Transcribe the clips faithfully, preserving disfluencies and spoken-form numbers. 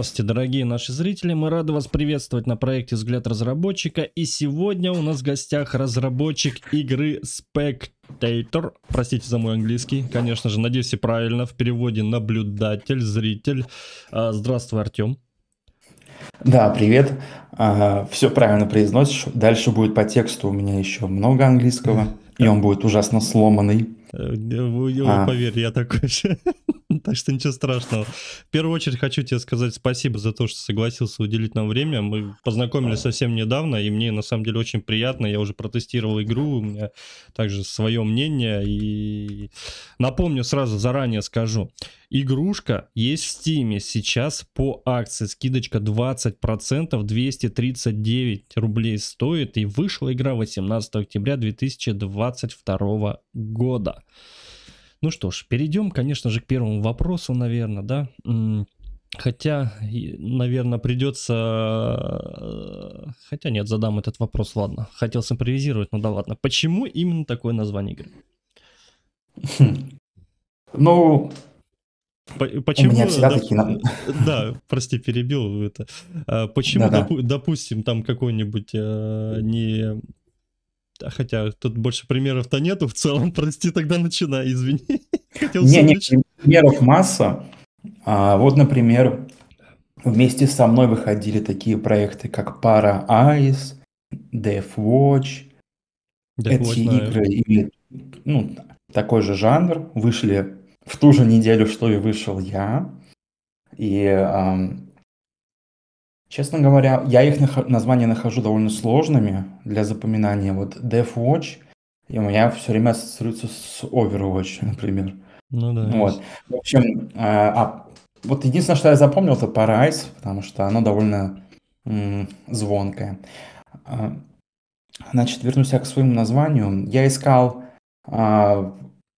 Здравствуйте, дорогие наши зрители, мы рады вас приветствовать на проекте «Взгляд разработчика», и сегодня у нас в гостях разработчик игры Spectator, простите за мой английский, конечно же, надеюсь, и правильно, в переводе наблюдатель, зритель. А, Здравствуй, Артем. Да, привет. А, все правильно произносишь. Дальше будет по тексту у меня еще много английского, и он будет ужасно сломанный. Э, э, А, Поверь, я такой же. Так что ничего страшного. В первую очередь хочу тебе сказать спасибо за то, что согласился уделить нам время. Мы познакомились совсем недавно, и мне на самом деле очень приятно. Я уже протестировал игру, у меня также свое мнение. И напомню, сразу заранее скажу. Игрушка есть в Стиме сейчас по акции. Скидочка двадцать процентов, двести тридцать девять рублей стоит. И вышла игра восемнадцатого октября две тысячи двадцать второго года. Ну что ж, перейдем, конечно же, к первому вопросу, наверное, да. М, Хотя, и, наверное, придется... э, Хотя нет, задам этот вопрос, ладно. Хотел симпровизировать, но да ладно. Почему именно такое название игры? ну, По- у Почему, меня всегда доп- такие... на- э, да, прости, перебил это. А, Почему, Да-да. допу- допустим, там какой-нибудь э, не... а Хотя тут больше примеров-то нету в целом, прости, тогда начинай, извини. Хотел Не, не, сумречь. примеров масса. А, вот, например, вместе со мной выходили такие проекты, как Para Eyes, Death Watch. Deathwatch Эти знаю. игры имеют, ну, такой же жанр, вышли в ту же неделю, что и вышел я. И ам, честно говоря, я их нах- названия нахожу довольно сложными для запоминания. Вот Death Watch, и у меня все время ассоциируется с Overwatch, например. Ну да, Вот. есть. В общем, а, а вот единственное, что я запомнил, это Paradise, потому что оно довольно м, звонкое. А, Значит, вернусь я к своему названию. Я искал а,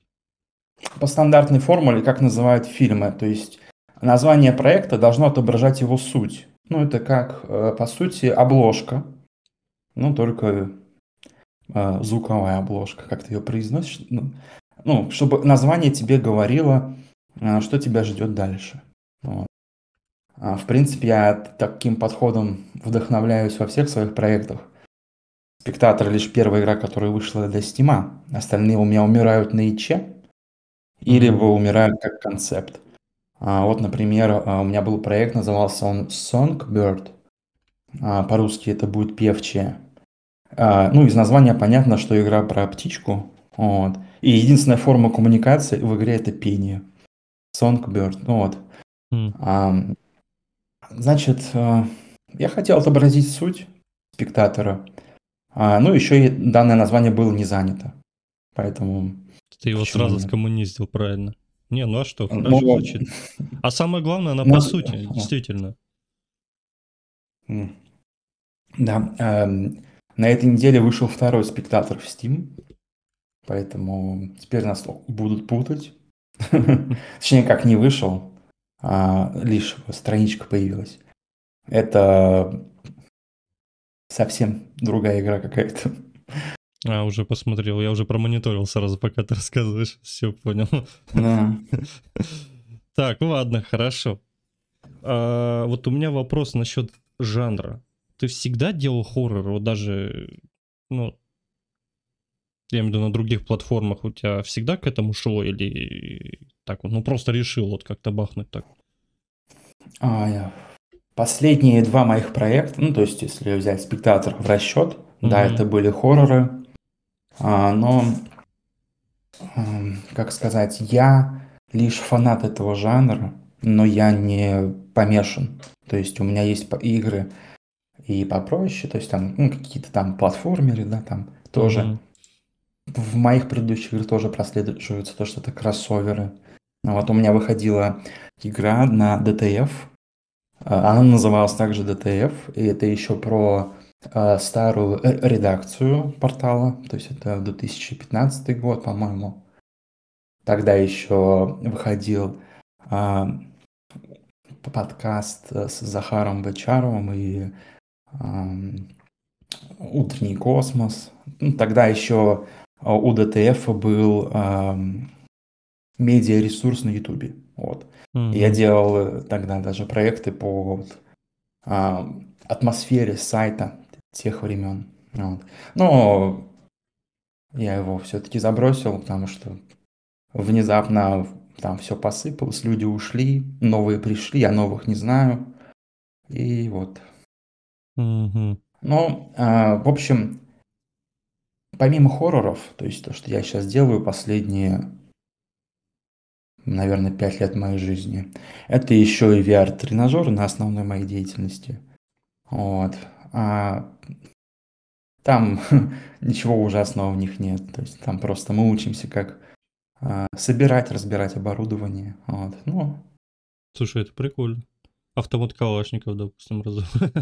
по стандартной формуле, как называют фильмы. То есть название проекта должно отображать его суть. Ну, это как, э, по сути, обложка. Ну, только э, звуковая обложка, как ты ее произносишь. Ну, ну, чтобы название тебе говорило, э, что тебя ждет дальше. Вот. А, В принципе, я таким подходом вдохновляюсь во всех своих проектах. Спектатор лишь первая игра, которая вышла для Стима. Остальные у меня умирают на иче или Мгм. умирают как концепт. А, Вот, например, а, у меня был проект, назывался он Songbird. А, По-русски это будет певчая. А, Ну, из названия понятно, что игра про птичку. Вот. И единственная форма коммуникации в игре это пение. Songbird. Ну вот. М. Ам, Значит, а, я хотел отобразить суть спектатора. А, Ну, еще и данное название было не занято. Поэтому Ты его почему сразу нет? скоммунистил, правильно. Не, ну а что, Ну, хорошо звучит. А самое главное, она у по нас... сути, действительно. М, Да, эм, на этой неделе вышел второй спектатор в Steam, поэтому теперь нас будут путать. Точнее, как не вышел, а лишь страничка появилась. Это совсем другая игра какая-то. А, уже посмотрел, я уже промониторил сразу, пока ты рассказываешь. Все понял. Да. Так, ладно, хорошо. А, вот у меня вопрос насчет жанра. Ты всегда делал хоррор, вот даже, ну, я имею в виду на других платформах, у тебя всегда к этому шло или так вот, ну просто решил вот как-то бахнуть так? А, я- Последние два моих проекта, ну, то есть, если взять спектатор в расчет, да, Угу, это были хорроры, а, но, ам, как сказать, я лишь фанат этого жанра, но я не помешан. То есть у меня есть по- игры и попроще, то есть там ну, какие-то там платформеры, да, там тоже. угу, В моих предыдущих играх тоже прослеживается то, что это кроссоверы. Ну, Вот у меня выходила игра на ди ти эф. а, Она называлась также ди ти эф, и это еще про а, старую э, редакцию портала. То есть это две тысячи пятнадцатый год, по-моему. Тогда еще выходил а, подкаст э, с Захаром Бочаровым и ам, Утренний космос. Ну, Тогда еще а, у ди ти эф был ам, медиаресурс на Ютубе. Вот. И я Мгм. делал э, тогда даже проекты по вот, а, атмосфере сайта тех времен. Вот. Но я его все-таки забросил, потому что внезапно там все посыпалось, люди ушли, новые пришли, я новых не знаю. И вот. Мгм. Но, а, в общем, помимо хорроров, то есть то, что я сейчас делаю последние, наверное, пять лет моей жизни, это еще и V R-тренажеры на основной моей деятельности. Вот. А там ничего ужасного в них нет. То есть там просто мы учимся, как а, собирать, разбирать оборудование. Вот. Ну, Слушай, это прикольно. Автомат Калашников, допустим, разу.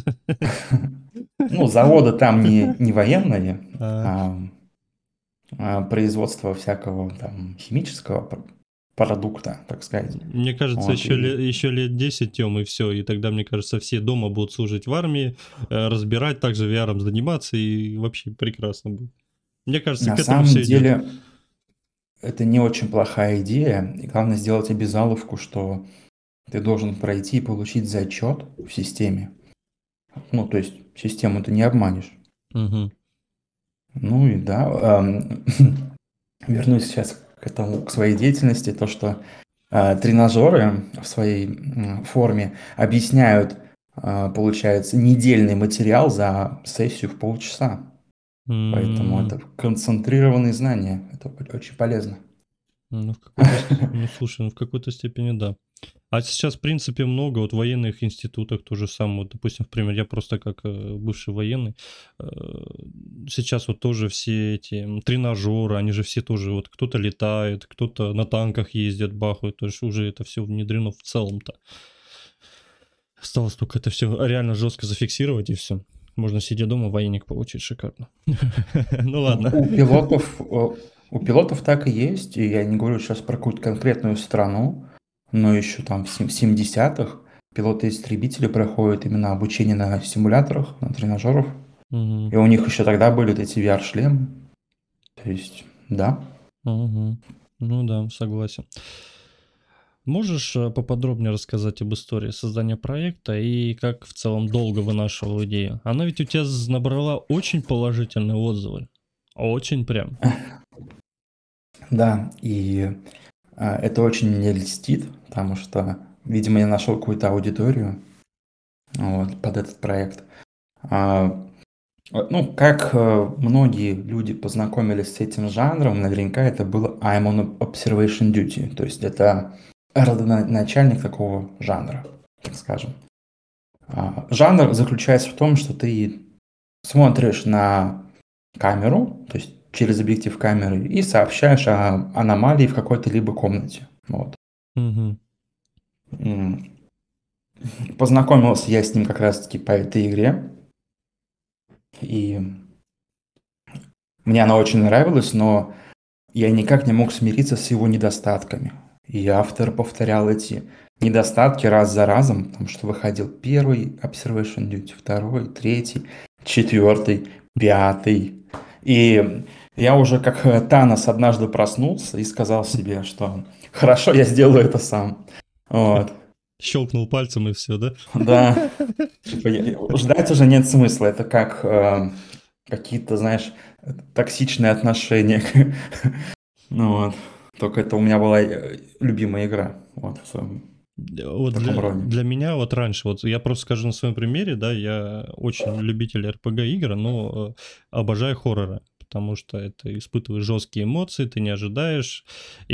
ну, заводы там не, не военные, А, а, а производство всякого там химического пр- продукта, так сказать. Мне кажется, Вот, еще и лет, еще лет десять, Тём, и все. И тогда, мне кажется, все дома будут служить в армии, э, разбирать, также V R заниматься, и вообще прекрасно будет. Мне кажется, на к этому самом все идет. деле это не очень плохая идея. И главное сделать обязаловку, что ты должен пройти и получить зачет в системе. Ну, то есть систему ты не обманешь. Мгм. Ну и да, ам, вернусь сейчас к этому, к своей деятельности, то, что а, тренажеры в своей м, форме объясняют, а, получается, недельный материал за сессию в полчаса. Поэтому М, это концентрированные знания. Это о- очень полезно. Ну, в какой-то, с- ну, слушай, ну, в какой-то степени да. А сейчас, в принципе, много вот в военных институтах то же самое. Вот, допустим, например, я просто как э, бывший военный, э, сейчас вот тоже все эти м, тренажеры, они же все тоже, вот кто-то летает, кто-то на танках ездит, бахают, то есть уже это все внедрено в целом-то. Осталось только это все реально жестко зафиксировать, и все. Можно сидя дома военник получить шикарно. Ну Ну, ладно. у пилотов, э, у пилотов так и есть, и я не говорю сейчас про какую-то конкретную страну, но еще там в сем- семидесятых пилоты-истребители проходят именно обучение на симуляторах, на тренажерах, Мгм. и у них еще тогда были вот эти V R-шлемы. То есть, да. Мгм. Ну да, согласен. Можешь э, поподробнее рассказать об истории создания проекта и как в целом долго вынашивал идею? Она ведь у тебя з- набрала очень положительные отзывы. Очень прям. Да, и а, это очень мне льстит, потому что, видимо, я нашел какую-то аудиторию вот, под этот проект. А, вот, ну, как э, многие люди познакомились с этим жанром, наверняка это было I'm on observation duty, то есть это родоначальник такого жанра, так скажем. А, жанр заключается в том, что ты смотришь на камеру, то есть через объектив камеры, и сообщаешь о аномалии в какой-то либо комнате. Вот. Мгм. М, Познакомился я с ним как раз-таки по этой игре, и мне она очень нравилась, но я никак не мог смириться с его недостатками. И автор повторял эти недостатки раз за разом, потому что выходил первый Observation Duty, второй, третий, четвертый, пятый. И я уже как э, Танос однажды проснулся и сказал себе, что хорошо, я сделаю это сам. Вот. Щелкнул пальцем и все, да? Да, типа, я- ждать уже нет смысла. Это как э, какие-то, знаешь, токсичные отношения. Ну вот. Только это у меня была э, любимая игра. Вот в своем Э, Вот таком для, роде. для меня вот раньше, вот я просто скажу на своем примере, да, я очень любитель эр пи джи игр, но э, обожаю хорроры, потому что это испытываешь жесткие эмоции, ты не ожидаешь,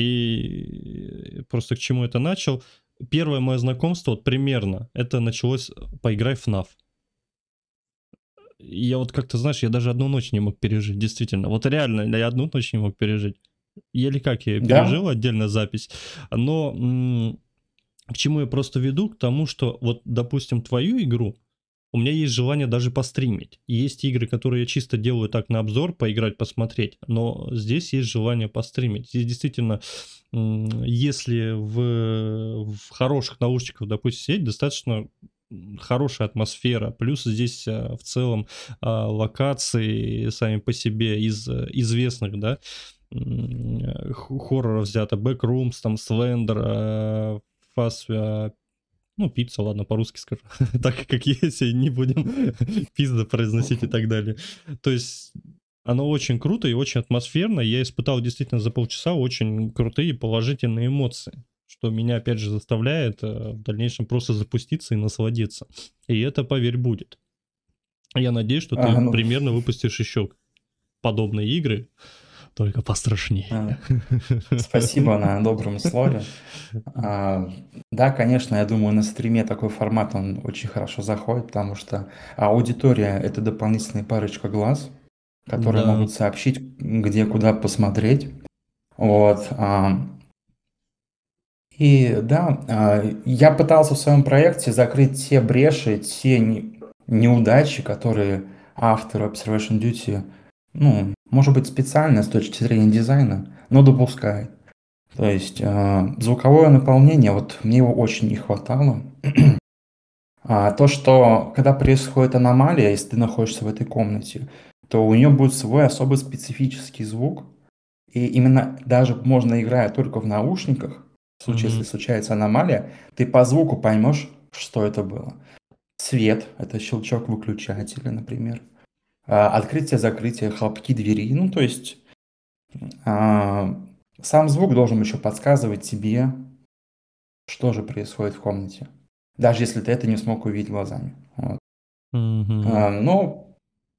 и просто к чему это начал. Первое мое знакомство, вот примерно, это началось, поиграй в эф эф. И я вот как-то, знаешь, я даже одну ночь не мог пережить, действительно. Вот реально, я одну ночь не мог пережить. Еле как я ее Да, пережил, отдельно запись. Но м, к чему я просто веду? К тому, что вот, допустим, твою игру, у меня есть желание даже постримить. И есть игры, которые я чисто делаю так на обзор, поиграть, посмотреть. Но здесь есть желание постримить. Здесь действительно, м, если в, в хороших наушниках, допустим, сидеть, достаточно м, хорошая атмосфера. Плюс здесь а, в целом а, локации сами по себе из э, известных, да, м, э, ху- хорроров взято. Backrooms, там, Slender, фас, а, ну, пицца, ладно, по-русски скажу, так как есть, и не будем пизда произносить и так далее. То есть оно очень круто и очень атмосферно. Я испытал действительно за полчаса очень крутые положительные эмоции, что меня, опять же, заставляет э, в дальнейшем просто запуститься и насладиться. И это, поверь, будет. Я надеюсь, что ты А, ну, примерно выпустишь еще подобные игры, только пострашнее. а, спасибо на добром слове. А, да, конечно, я думаю, на стриме такой формат, он очень хорошо заходит, потому что аудитория — это дополнительная парочка глаз, которые Да. могут сообщить, где, куда посмотреть. Вот. а, И да, а, я пытался в своем проекте закрыть те бреши, те не- неудачи, которые автор Observation Duty, ну, может быть, специально с точки зрения дизайна, но допускает. То есть а, звуковое наполнение, вот мне его очень не хватало. А то, что когда происходит аномалия, если ты находишься в этой комнате, то у нее будет свой особый специфический звук. И именно даже можно, играя только в наушниках, в случае, если Мгм. случается аномалия, ты по звуку поймешь, что это было. Свет — это щелчок выключателя, например. А, Открытие-закрытие, хлопки двери. Ну, то есть а, сам звук должен еще подсказывать тебе, что же происходит в комнате. Даже если ты это не смог увидеть глазами. Вот. Мгм. А, но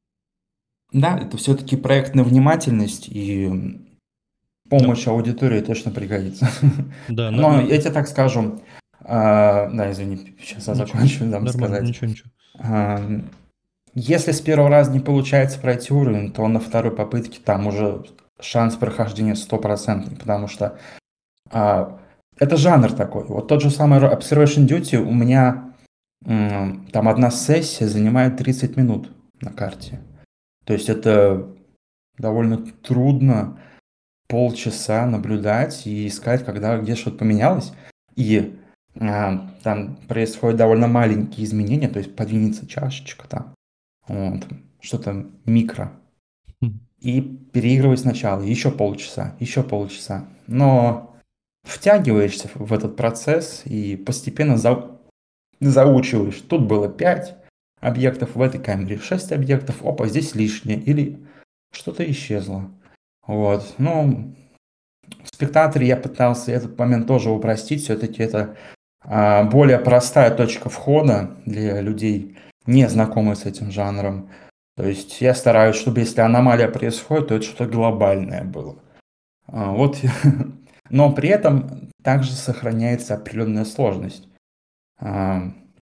да, это все-таки проект на внимательность, и Да, помощь аудитории точно пригодится. да, на- Но на- я тебе так скажу, а, да, извини, сейчас я ничего, закончу, дам нормально, сказать. ничего, ничего. А, Если с первого раза не получается пройти уровень, то на второй попытке там уже шанс прохождения стопроцентный, потому что а, это жанр такой. Вот тот же самый Observation Duty у меня м, там одна сессия занимает тридцать минут на карте. То есть это довольно трудно полчаса наблюдать и искать, когда где что-то поменялось. И а, там происходят довольно маленькие изменения, то есть подвинется чашечка там, вот, что-то микро. М. И переигрывай сначала, еще полчаса, еще полчаса. Но втягиваешься в этот процесс и постепенно за- заучиваешь. Тут было пять объектов, в этой камере шесть объектов, опа, здесь лишнее, или что-то исчезло. Вот, ну, в спектаторе я пытался этот момент тоже упростить. Все-таки это а, более простая точка входа для людей, не знакомых с этим жанром. То есть я стараюсь, чтобы если аномалия происходит, то это что-то глобальное было. А, вот. Но при этом также сохраняется определенная сложность. А,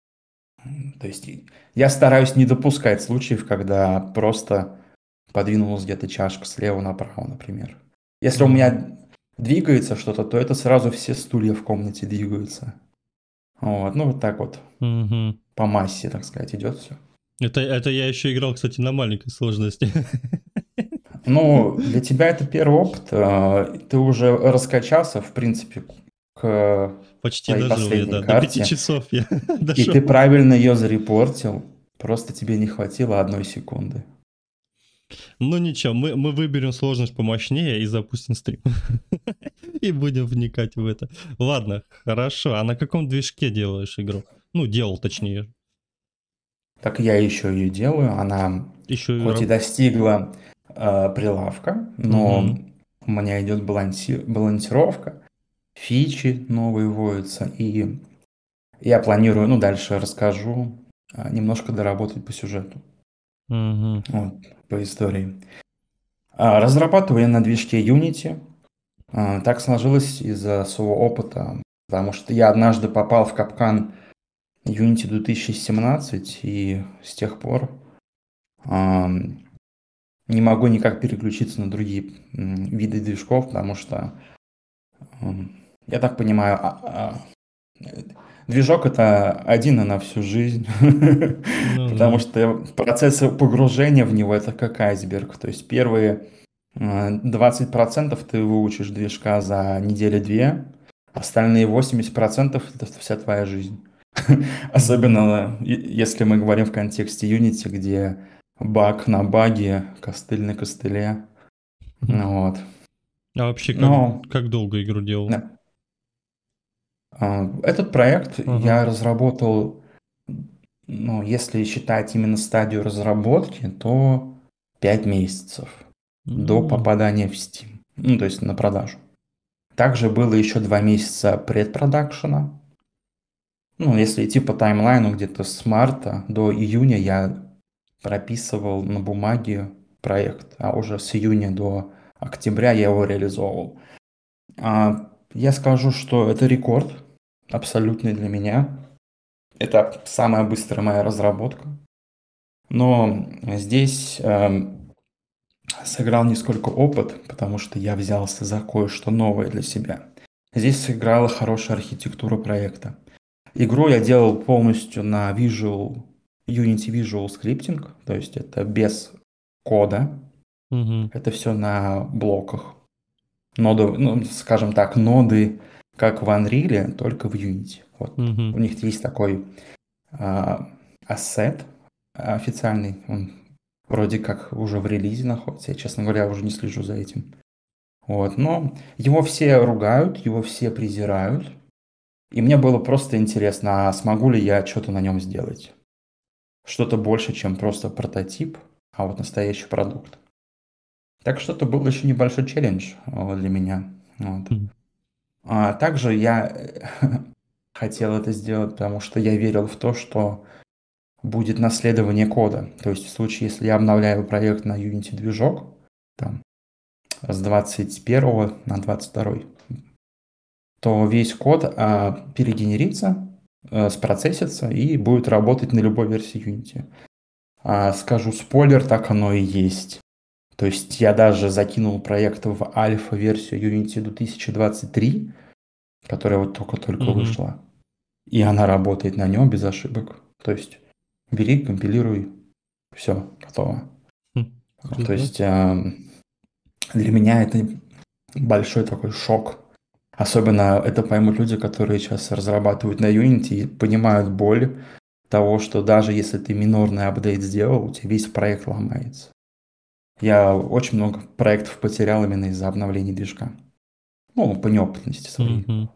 То есть я стараюсь не допускать случаев, когда просто подвинулась где-то чашка слева направо, например. Если у Мгм. меня двигается что-то, то это сразу все стулья в комнате двигаются. Вот, ну вот так вот Мгм. по массе, так сказать, идет все. Это, это я еще играл, кстати, на маленькой сложности. Ну, для тебя это первый опыт. э, Ты уже раскачался, в принципе, к Почти твоей дожил я, последней да. До пяти карте, часов я и дошел. ты правильно ее зарепортил. Просто тебе не хватило одной секунды. Ну ничего, мы, мы выберем сложность помощнее и запустим стрим. И будем вникать в это. Ладно, хорошо. А на каком движке делаешь игру? Ну, делал точнее. Так я еще ее делаю. Она Еще и... хоть и раб- достигла э, прилавка, но Мгм. у меня идет баланси- балансировка, фичи новые вводятся, и я планирую, ну, дальше расскажу, а, немножко доработать по сюжету, Мгм. вот, по истории. А, Разрабатываю я на движке Unity. А, Так сложилось из-за своего опыта, потому что я однажды попал в капкан Unity две тысячи семнадцать, и с тех пор ам, не могу никак переключиться на другие м, виды движков, потому что, м, я так понимаю, а- а, э, движок — это один и на всю жизнь, Ну потому да. что процесс погружения в него — это как айсберг. То есть первые э, двадцать процентов ты выучишь движка за неделю-две, остальные восемьдесят процентов это вся твоя жизнь. Мгм. Особенно е- если мы говорим в контексте Unity, где баг на баге, костыль на костыле. Мгм. Ну вот. А вообще, как, Ну, как долго игру делал? да. А, Этот проект Ага. я разработал, ну, если считать именно стадию разработки, то пять месяцев до М. попадания в Steam, ну, то есть на продажу. Также было еще два месяца предпродакшена. Ну, если идти по таймлайну, где-то с марта до июня я прописывал на бумаге проект, а уже с июня до октября я его реализовывал. А, я скажу, что это рекорд абсолютный для меня. Это самая быстрая моя разработка. Но здесь эм, сыграл не сколько опыт, потому что я взялся за кое-что новое для себя. Здесь сыграла хорошая архитектура проекта. Игру я делал полностью на Visual, Unity Visual Scripting, то есть это без кода, Мгм. это все на блоках. Ноды, ну, скажем так, ноды, как в Unreal, только в Unity. Вот. Мгм. У них есть такой а, ассет официальный, он вроде как уже в релизе находится, я, честно говоря, уже не слежу за этим. Вот, но его все ругают, его все презирают, и мне было просто интересно, а смогу ли я что-то на нем сделать. Что-то больше, чем просто прототип, а вот настоящий продукт. Так что это был еще небольшой челлендж э, для меня. Вот. Мгм. А также я э, хотел это сделать, потому что я верил в то, что будет наследование кода. То есть в случае, если я обновляю проект на Unity движок, там, с двадцать первого на двадцать второй, то весь код а, перегенерится, а, спроцессится и будет работать на любой версии Unity. А, скажу спойлер, так оно и есть. То есть я даже закинул проект в альфа-версию Unity две тысячи двадцать три, которая вот только-только Мгм. вышла. И она работает на нем без ошибок. То есть бери, компилируй, все, готово. Хм. То Круто. есть эм, для меня это большой такой шок. Особенно это поймут люди, которые сейчас разрабатывают на Unity и понимают боль того, что даже если ты минорный апдейт сделал, у тебя весь проект ломается. Я очень много проектов потерял именно из-за обновлений движка. Ну, по неопытности своей. Мгм.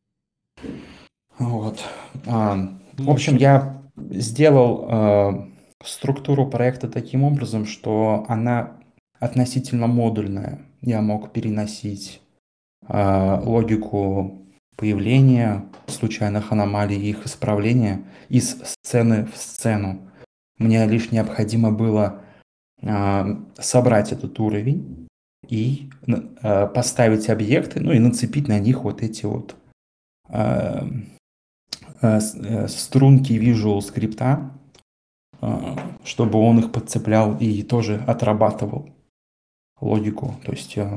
Вот. А, в общем, Мощно. я сделал э, структуру проекта таким образом, что она относительно модульная. Я мог переносить э, логику появления случайных аномалий и их исправления из сцены в сцену. Мне лишь необходимо было э, собрать этот уровень и э, поставить объекты, ну и нацепить на них вот эти вот э, э, с- э, струнки Visual скрипта, э, чтобы он их подцеплял и тоже отрабатывал логику. То есть, э,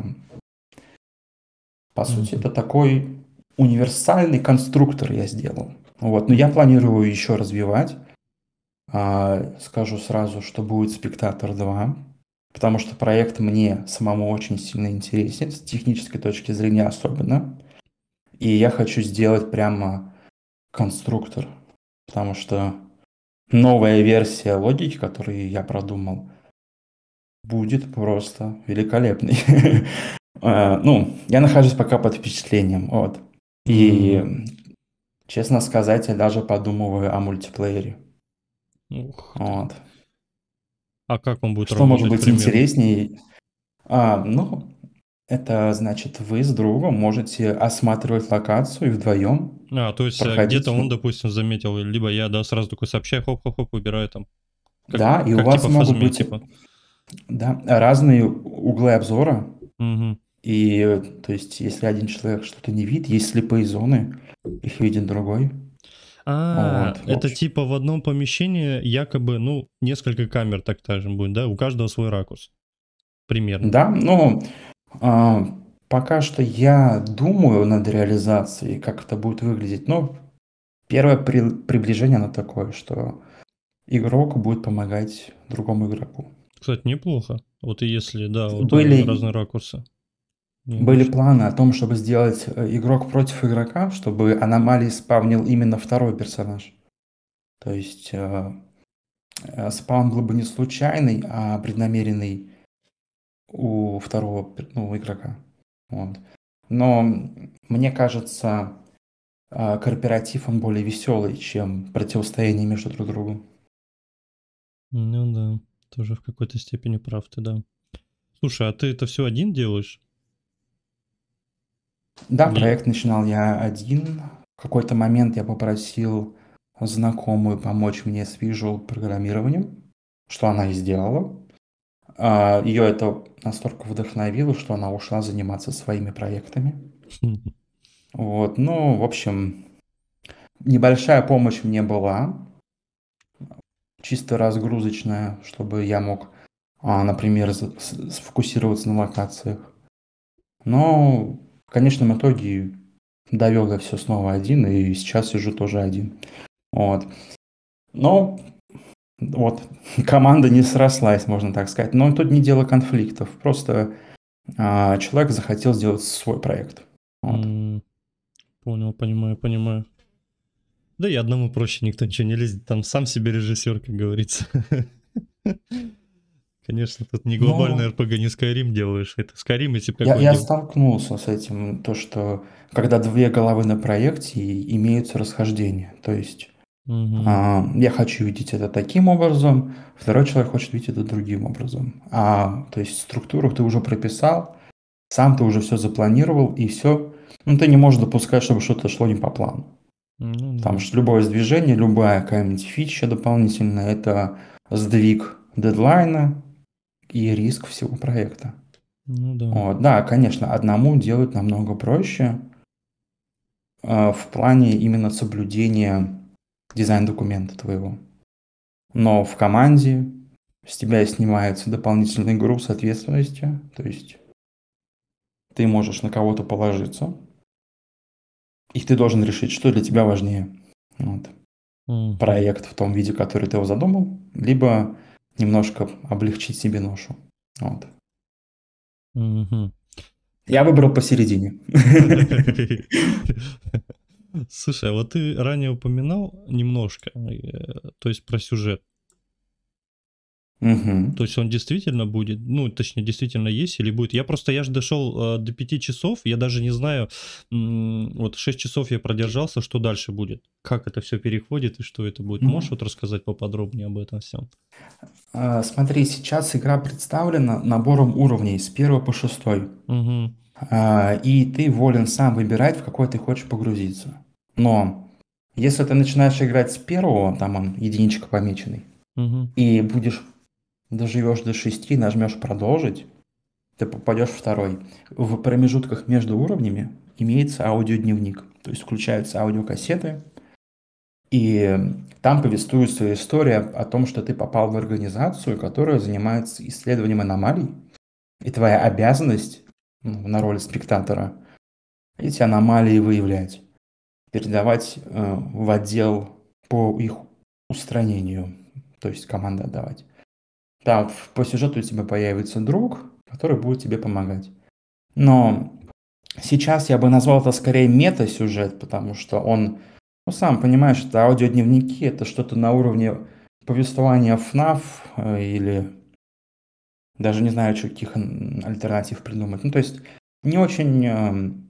по сути, Мгм. это такой универсальный конструктор я сделал. Вот. Но я планирую еще развивать. А, Скажу сразу, что будет «Спектатор два», потому что проект мне самому очень сильно интересен, с технической точки зрения особенно. И я хочу сделать прямо конструктор, потому что новая версия логики, которую я продумал, будет просто великолепной. А, Ну, я нахожусь пока под впечатлением, вот. Мгм. И, честно сказать, я даже подумываю о мультиплеере. Ух ты. Вот. А как он будет Что может работать быть примерно? интереснее? А, ну, это значит, вы с другом можете осматривать локацию и вдвоем А, то есть э, где-то проходить. он, Ну, допустим, заметил, либо я, да, сразу такой сообщаю, хоп-хоп-хоп, выбираю там, как, да, и у как вас типа могут фазме, быть, типа. да, разные углы обзора. Мгм. И, э, то есть, если один человек что-то не видит, есть слепые зоны, их видит другой. А, Вот, в это общем. типа в одном помещении якобы, ну, несколько камер, так скажем, будет, да? У каждого свой ракурс. Примерно. Да, но а, пока что я думаю над реализацией, как это будет выглядеть. Но первое при- приближение, оно такое, что игрок будет помогать другому игроку. Кстати, неплохо. Вот и если, да, вот э, разные Были, ракурсы. были Необычно. планы о том, чтобы сделать э, игрок против игрока, чтобы аномалии спавнил именно второй персонаж. То есть э, э, спаун был бы не случайный, а преднамеренный у второго пер- ну, игрока. Вот. Но мне кажется, а, корпоратив, он более веселый, чем противостояние между друг другом. Ну да, тоже в какой-то степени прав ты, да. Слушай, а ты это все один делаешь? Да, Или... проект начинал я один. В какой-то момент я попросил знакомую помочь мне с visual программированием, что она и сделала. А, Ее это настолько вдохновило, что она ушла заниматься своими проектами. Вот, ну, в общем, небольшая помощь мне была, чисто разгрузочная, чтобы я мог, а, например, за- с- сфокусироваться на локациях. Но в конечном итоге довел я все снова один, и сейчас сижу тоже один. Вот. Но вот команда не срослась, можно так сказать. Но тут не дело конфликтов. Просто а, человек захотел сделать свой проект. Вот. М, Понял, понимаю, понимаю. Да и одному проще, никто ничего не лезет, там сам себе режиссер, как говорится. Конечно, тут не глобальный Но эр пи джи, не Skyrim делаешь, это Skyrim, если бы я, я какой-нибудь... столкнулся с этим, то, что когда две головы на проекте, и имеются расхождения. То есть Мгм. а, я хочу видеть это таким образом, второй человек хочет видеть это другим образом. А, то есть структуру ты уже прописал, сам ты уже все запланировал, и все. Ну, ты не можешь допускать, чтобы что-то шло не по плану. Ну Потому да. что любое движение, любая какая-нибудь фича дополнительная — это сдвиг дедлайна и риск всего проекта. Ну да. Вот, да, конечно, одному делать намного проще э, в плане именно соблюдения дизайн-документа твоего. Но в команде с тебя снимается дополнительный груз ответственности, то есть ты можешь на кого-то положиться, и ты должен решить, что для тебя важнее. Вот. Мгм. Проект в том виде, который ты его задумал, либо немножко облегчить себе ношу. Вот. Мгм. Я выбрал посередине. Слушай, а вот ты ранее упоминал немножко, э, то есть про сюжет. Мгм. То есть он действительно будет, ну, точнее, действительно есть или будет. Я просто, я же дошел э, до пяти часов, я даже не знаю, м, вот шесть часов я продержался, что дальше будет? Как это все переходит и что это будет? Можешь Ну, вот рассказать поподробнее об этом всем? а, смотри, сейчас игра представлена набором уровней с первого по шестой. Угу, А, И ты волен сам выбирать, в какой ты хочешь погрузиться. Но если ты начинаешь играть с первого, там он единичка помеченный, угу, и будешь доживешь до шести, нажмешь продолжить, ты попадешь в второй. В промежутках между уровнями имеется аудиодневник. То есть включаются аудиокассеты, и там повествуется история о том, что ты попал в организацию, которая занимается исследованием аномалий, и твоя обязанность, ну, на роли спектатора, эти аномалии выявлять, передавать э, в отдел по их устранению, то есть команды отдавать. Да, в- по сюжету у тебя появится друг, который будет тебе помогать. Но сейчас я бы назвал это скорее мета-сюжет, потому что он, ну, сам понимаешь, это аудиодневники, это что-то на уровне повествования эф наф э, или даже не знаю, чё- каких м, альтернатив придумать. Ну, то есть не очень, эм,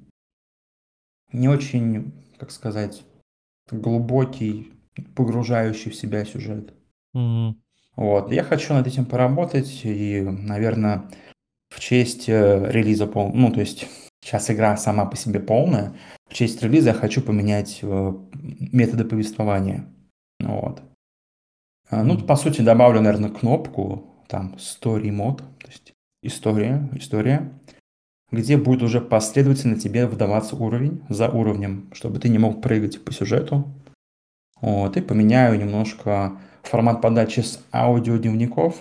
не очень, как сказать, глубокий, погружающий в себя сюжет. угу, Вот. Я хочу над этим поработать и, наверное, в честь э, релиза пол... ну, то есть сейчас игра сама по себе полная. В честь релиза я хочу поменять э, методы повествования. Вот. А, Ну, по сути, добавлю, наверное, кнопку, там, story mode, то есть история, история, где будет уже последовательно тебе выдаваться уровень за уровнем, чтобы ты не мог прыгать по сюжету. Вот, и поменяю немножко формат подачи с аудиодневников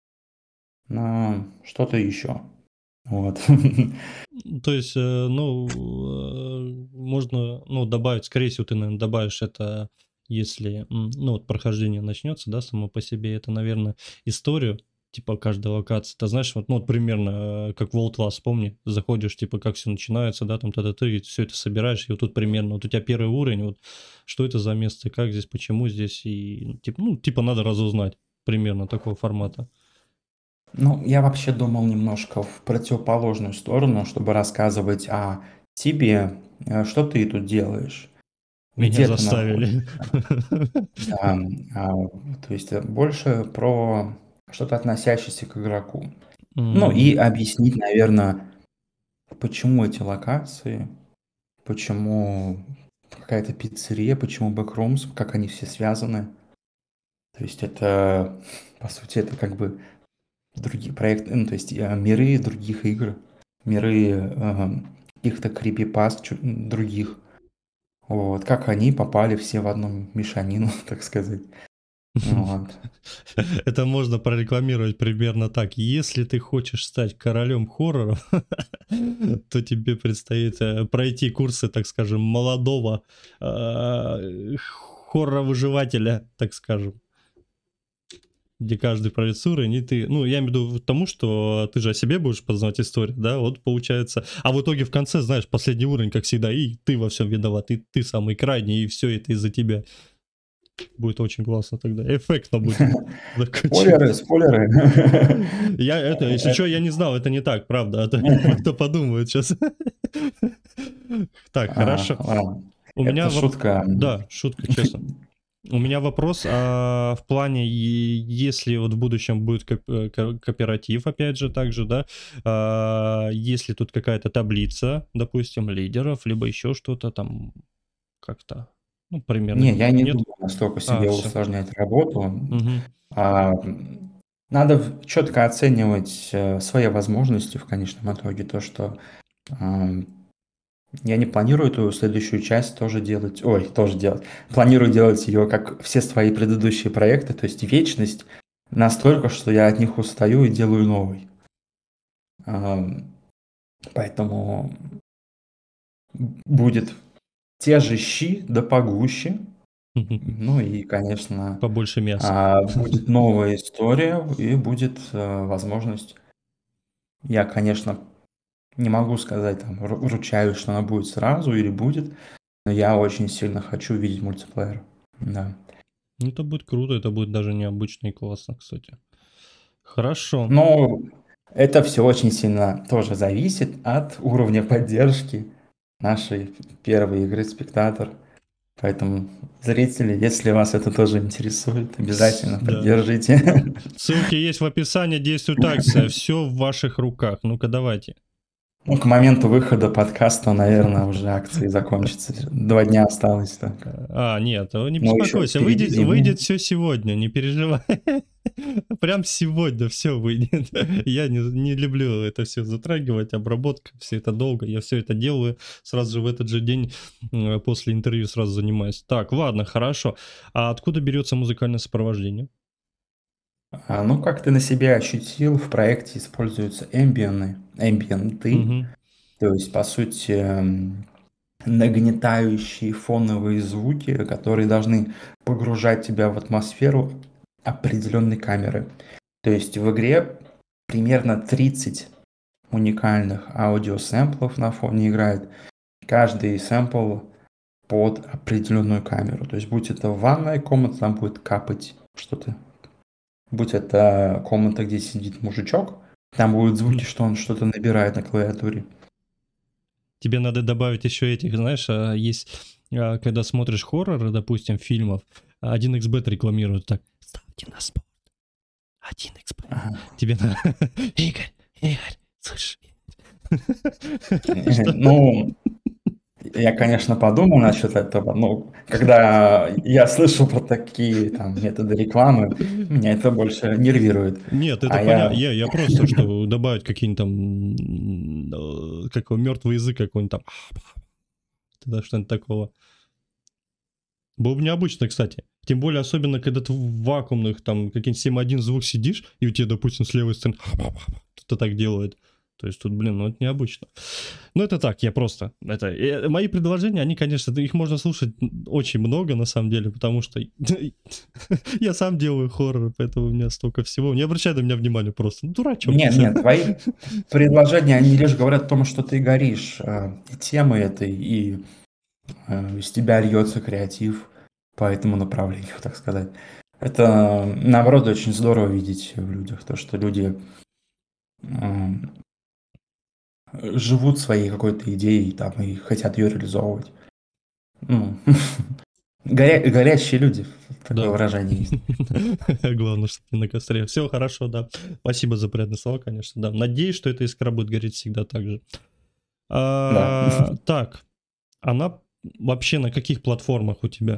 на что-то еще. Вот. То есть, э, ну, э, можно, ну, добавить, скорее всего, ты, наверное, добавишь это, если, м, ну, вот прохождение начнется, да, само по себе, это, наверное, историю, типа, каждой локации. Ты знаешь, вот, ну, вот примерно, э, как в Outlast, помни, заходишь, типа, как все начинается, да, там, тогда ты все это собираешь, и вот тут примерно, вот у тебя первый уровень, вот, что это за место, как здесь, почему здесь, и, ну, типа, ну, типа, надо разузнать, примерно такого формата. Ну, я вообще думал немножко в противоположную сторону, чтобы рассказывать о тебе, э, что ты тут делаешь. Меня где-то заставили. находится. Да, а, то есть э, больше про что-то относящееся к игроку. Ну и М. объяснить, наверное, почему эти локации, почему какая-то пиццерия, почему Backrooms, как они все связаны. То есть это, по сути, это как бы другие проекты, ну, то есть э, миры других игр, миры э, каких-то крипипаст чу- других. Вот, как они попали все в одну мешанину, так сказать. Вот. Это можно прорекламировать примерно так. Если ты хочешь стать королем хорроров, то тебе предстоит э, пройти курсы, так скажем, молодого а, хоррор-выживателя, так скажем, где каждый пройдет уровень, и ты, ну, я имею в виду к тому, что ты же о себе будешь познавать историю, да, вот получается, а в итоге в конце, знаешь, последний уровень, как всегда, и ты во всем виноват, и ты самый крайний, и все это из-за тебя. Будет очень классно тогда, эффектно будет закончить. Спойлеры, спойлеры. Я это, если что, я не знал, это не так, правда, а то кто подумает сейчас. Так, А, хорошо. ладно. У Это меня воп шутка. да, шутка, честно. У меня вопрос, а, в плане, и если вот в будущем будет коп э, ко кооператив, опять же, также, да, а, есть ли тут какая-то таблица, допустим, лидеров, либо еще что-то там как-то, ну, примерно Не, я не нет? думаю настолько А, себе все. усложнять работу. Мгм. А, м, Надо четко оценивать э, свои возможности в конечном итоге. То, что ам, я не планирую эту следующую часть тоже делать. Ой, тоже делать. Планирую делать ее, как все свои предыдущие проекты, то есть вечность, настолько, что я от них устаю и делаю новый. Ам, Поэтому будет те же щи, да погуще. Ну и, конечно, Побольше мяса. а, будет новая история и будет э, возможность. Я, конечно, не могу сказать, там, ру- ручаюсь, что она будет сразу или будет, но я очень сильно хочу видеть мультиплеер. Да. Ну, это будет круто, это будет даже необычно и классно, кстати. Хорошо. Но это все очень сильно тоже зависит от уровня поддержки нашей первой игры «Спектатор». Поэтому, зрители, если вас это тоже интересует, обязательно Да. поддержите. Ссылки есть в описании, действует акция. Все в ваших руках. Ну-ка, давайте. Ну, к моменту выхода подкаста, наверное, уже акции закончатся. Два дня осталось так. А, нет, э, не Но еще беспокойся, впереди выйдет, выйдет зимы. все сегодня, не переживай. Прям сегодня все выйдет. Я не, не люблю это все затрагивать, обработка, все это долго. Я все это делаю сразу же в этот же день э, после интервью сразу занимаюсь. Так, ладно, хорошо. А откуда берется музыкальное сопровождение? А, ну, как ты на себе ощутил, в проекте используются эмбиены, эмбиенты, Угу. то есть, по сути, м, нагнетающие фоновые звуки, которые должны погружать тебя в атмосферу определенной камеры. То есть в игре примерно тридцать уникальных аудиосэмплов на фоне играет. Каждый сэмпл под определенную камеру. То есть будь это ванная комната, там будет капать что-то. Будь это комната, где сидит мужичок, там будут звуки, что он что-то набирает на клавиатуре. Тебе надо добавить еще этих, знаешь, а, есть, а, когда смотришь хорроры, допустим, фильмов, один икс бет рекламирует так: ставьте на спорт, один икс бет. Ага. Тебе надо, Игорь, Игорь, слышь. Э, Что? Ну, я, конечно, подумал насчет этого, но когда я слышу про такие там методы рекламы, меня это больше нервирует. Нет, это А понятно. я... Я, я просто, что добавить какие-нибудь там, м, э, как его, мертвый язык какой-нибудь там, тогда что-нибудь такого. Было бы необычно, кстати. Тем более, особенно, когда ты в вакуумных, там, какие-нибудь семь один звук сидишь, и у тебя, допустим, с левой стороны кто-то так делает. То есть тут, блин, ну это необычно. Ну это так, я просто... Это, э, мои предложения, они, конечно, их можно слушать очень много, на самом деле, потому что я сам делаю хоррор, поэтому у меня столько всего. Не обращай на меня внимания просто. Ну, дурачок. Нет, Всё. нет, твои предложения, они лишь говорят о том, что ты горишь э, темой этой, и э, из тебя льется креатив по этому направлению, так сказать. Это, наоборот, очень здорово видеть в людях, то, что люди м, живут своей какой-то идеей там и хотят ее реализовывать. ну, горя- горящие люди, такое Да. выражение есть. Главное, чтобы не на костре. Все хорошо, да. Спасибо за приятные слова, конечно, да. Надеюсь, что эта искра будет гореть всегда так же. Да. А, так, она вообще на каких платформах у тебя?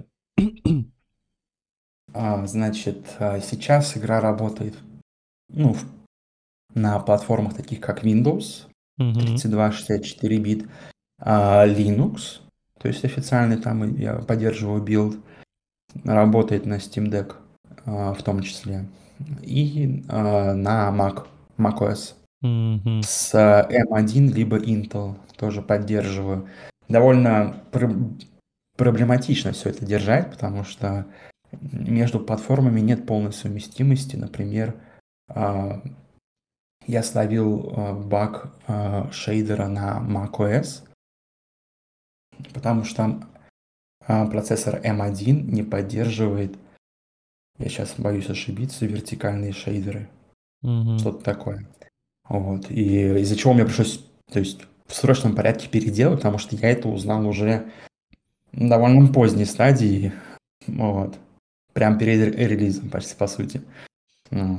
А, Значит, а, сейчас игра работает, ну, в- на платформах таких как Windows, Мгм. тридцать два шестьдесят четыре бит, а, Linux, то есть официальный там и я поддерживаю билд, работает на Steam Deck, а, в том числе, и а, на Mac, macOS. Мгм. С а, эм один либо Intel тоже поддерживаю. Довольно пр- проблематично все это держать, потому что между платформами нет полной совместимости. Например, а, я словил а, баг а, шейдера на macOS, потому что а, процессор эм один не поддерживает, я сейчас боюсь ошибиться, вертикальные шейдеры, Мгм. что-то такое. Вот. И из-за чего мне пришлось, то есть, в срочном порядке переделать, потому что я это узнал уже на довольно поздней стадии, вот. Прям перед ре- релизом, почти по сути. Вот.